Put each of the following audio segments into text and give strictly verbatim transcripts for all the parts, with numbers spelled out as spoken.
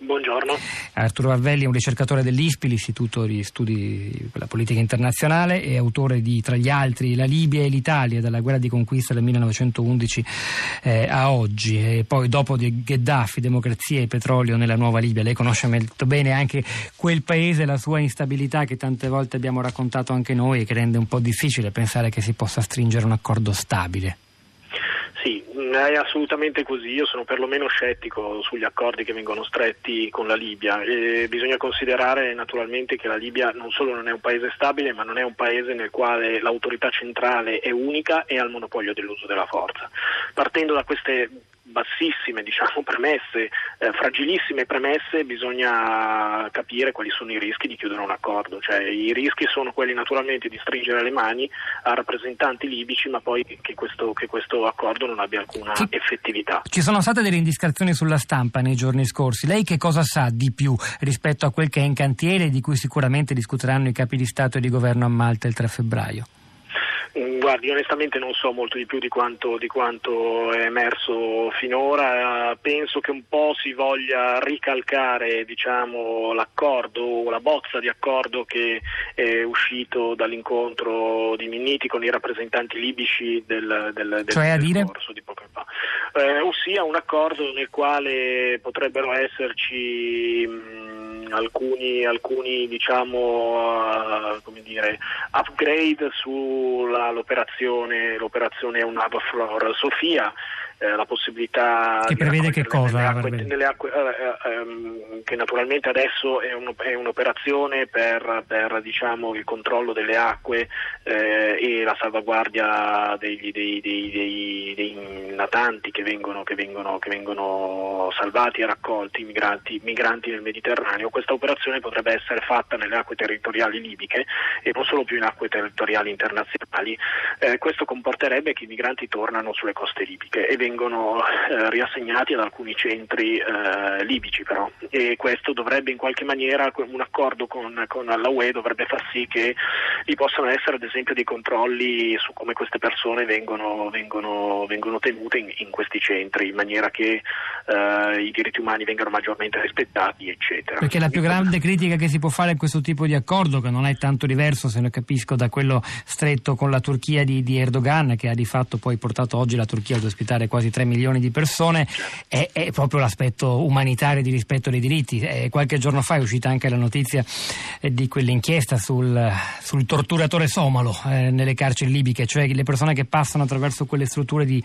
Buongiorno. Arturo Avelli è un ricercatore dell'I S P I, l'Istituto di Studi per la Politica Internazionale, e autore di, tra gli altri, La Libia e l'Italia, dalla guerra di conquista del millenovecentoundici eh, a oggi. E poi, dopo di Gheddafi, democrazia e petrolio nella nuova Libia. Lei conosce molto bene anche quel paese, la sua instabilità che tante volte abbiamo raccontato anche noi e che rende un po' difficile pensare che si possa stringere un accordo stabile. Sì, è assolutamente così. Io sono perlomeno scettico sugli accordi che vengono stretti con la Libia. E bisogna considerare naturalmente che la Libia non solo non è un paese stabile, ma non è un paese nel quale l'autorità centrale è unica e ha il monopolio dell'uso della forza. Partendo da queste bassissime, diciamo, premesse, eh, fragilissime premesse, bisogna capire quali sono i rischi di chiudere un accordo. Cioè, i rischi sono quelli naturalmente di stringere le mani a rappresentanti libici, ma poi che questo, che questo accordo non abbia alcuna Ci, effettività. Ci sono state delle indiscrezioni sulla stampa nei giorni scorsi. Lei che cosa sa di più rispetto a quel che è in cantiere, di cui sicuramente discuteranno i capi di Stato e di Governo a Malta il tre febbraio? Guardi, onestamente non so molto di più di quanto, di quanto è emerso finora. Penso che un po' si voglia ricalcare, diciamo, l'accordo o la bozza di accordo che è uscito dall'incontro di Minniti con i rappresentanti libici del, del, del, cioè, a del dire? corso di poco fa. Eh, ossia un accordo nel quale potrebbero esserci mh, alcuni, alcuni diciamo uh, come dire, upgrade sulla l'operazione l'operazione EUNAVFOR Sofia, eh, la possibilità che prevede che cosa? Nelle acque, nelle acque, eh, ehm, che naturalmente adesso è, un, è un'operazione per, per diciamo il controllo delle acque eh, e la salvaguardia degli, dei, dei, dei, dei natanti che vengono, che vengono, che vengono salvati e raccolti, migranti, migranti nel Mediterraneo. Questa operazione potrebbe essere fatta nelle acque territoriali libiche e non solo più in acque territoriali internazionali. Eh, questo comporterebbe che i migranti tornano sulle coste libiche e vengono eh, riassegnati ad alcuni centri eh, libici, però, e questo dovrebbe in qualche maniera, un accordo con, con la U E dovrebbe far sì che vi possano essere ad esempio dei controlli su come queste persone vengono, vengono, vengono tenute in, in questi centri, in maniera che eh, i diritti umani vengano maggiormente rispettati, eccetera. Perché la più grande critica che si può fare a questo tipo di accordo, che non è tanto diverso, se ne capisco, da quello stretto con la Turchia di, di Erdogan, che ha di fatto poi portato oggi la Turchia ad ospitare quasi tre milioni di persone, è, è proprio l'aspetto umanitario di rispetto dei diritti. Eh, qualche giorno fa è uscita anche la notizia eh, di quell'inchiesta sul, sul torturatore somalo eh, nelle carceri libiche, cioè le persone che passano attraverso quelle strutture di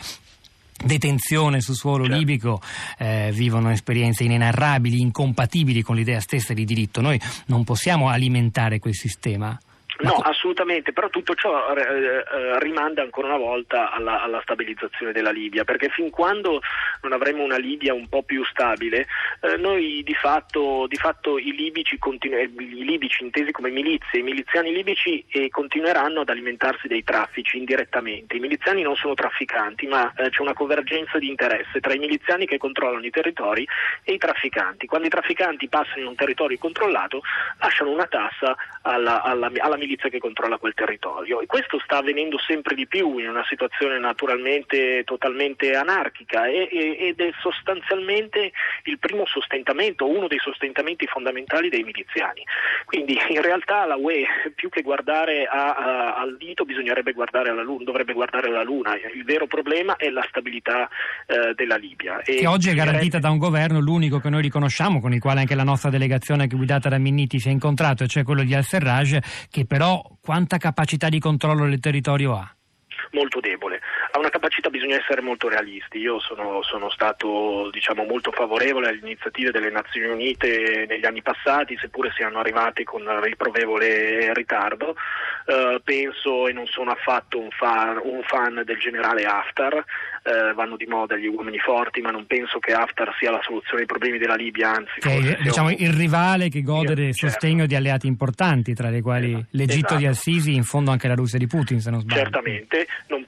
detenzione su suolo certo. libico eh, vivono esperienze inenarrabili, incompatibili con l'idea stessa di diritto. Noi non possiamo alimentare quel sistema. No, assolutamente, però tutto ciò eh, eh, rimanda ancora una volta alla, alla stabilizzazione della Libia, perché fin quando non avremo una Libia un po' più stabile, eh, noi di fatto, di fatto i libici, continu- i libici intesi come milizie, i miliziani libici eh, continueranno ad alimentarsi dei traffici indirettamente. I miliziani non sono trafficanti, ma eh, c'è una convergenza di interesse tra i miliziani che controllano i territori e i trafficanti. Quando i trafficanti passano in un territorio controllato, lasciano una tassa alla, alla, alla milizia che controlla quel territorio, e questo sta avvenendo sempre di più in una situazione naturalmente totalmente anarchica e, e, ed è sostanzialmente il primo sostentamento, uno dei sostentamenti fondamentali dei miliziani. Quindi in realtà la U E, più che guardare a, a, al dito, bisognerebbe guardare alla luna, dovrebbe guardare alla luna. Il vero problema è la stabilità eh, della Libia, e che oggi è garantita da un governo, l'unico che noi riconosciamo, con il quale anche la nostra delegazione guidata da Minniti si è incontrato, e cioè quello di al-Serraj, che però quanta capacità di controllo del territorio ha? Molto debole. Ha una capacità, bisogna essere molto realisti. Io sono, sono stato diciamo molto favorevole alle iniziative delle Nazioni Unite negli anni passati, seppure siano arrivati con riprovevole ritardo. Uh, penso, e non sono affatto un fan, un fan del generale Haftar, uh, vanno di moda gli uomini forti, ma non penso che Haftar sia la soluzione ai problemi della Libia, anzi che è, diciamo un... il rivale che gode del certo. sostegno di alleati importanti, tra le quali esatto. l'Egitto esatto. di al-Sisi, in fondo anche la Russia di Putin, se non sbaglio. Certamente, non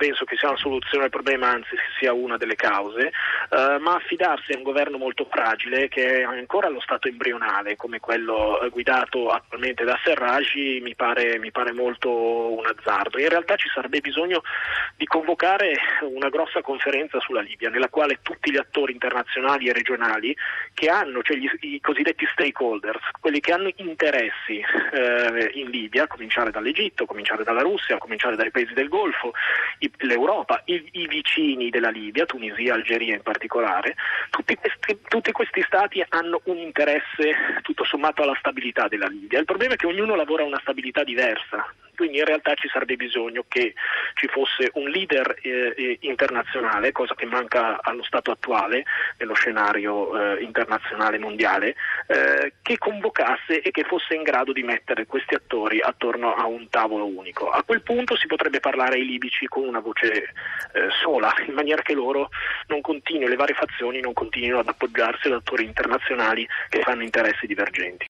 penso che sia una soluzione al problema, anzi sia una delle cause, uh, ma affidarsi a un governo molto fragile che è ancora allo stato embrionale come quello guidato attualmente da Serraj mi pare, mi pare molto un azzardo. In realtà ci sarebbe bisogno di convocare una grossa conferenza sulla Libia nella quale tutti gli attori internazionali e regionali che hanno, cioè gli, i cosiddetti stakeholders, quelli che hanno interessi eh, in Libia, a cominciare dall'Egitto, a cominciare dalla Russia, a cominciare dai paesi del Golfo, i, l'Europa, i, i vicini della Libia, Tunisia, Algeria in particolare, tutti questi, tutti questi stati hanno un interesse tutto sommato alla stabilità della Libia. Il problema è che ognuno lavora a una stabilità diversa, quindi in realtà ci sarebbe bisogno che ci fosse un leader eh, internazionale, cosa che manca allo stato attuale nello scenario eh, internazionale mondiale, eh, che convocasse e che fosse in grado di mettere questi attori attorno a un tavolo unico. A quel punto si potrebbe parlare ai libici con una voce eh, sola, in maniera che loro non continuino, le varie fazioni non continuino ad appoggiarsi ad attori internazionali che fanno interessi divergenti.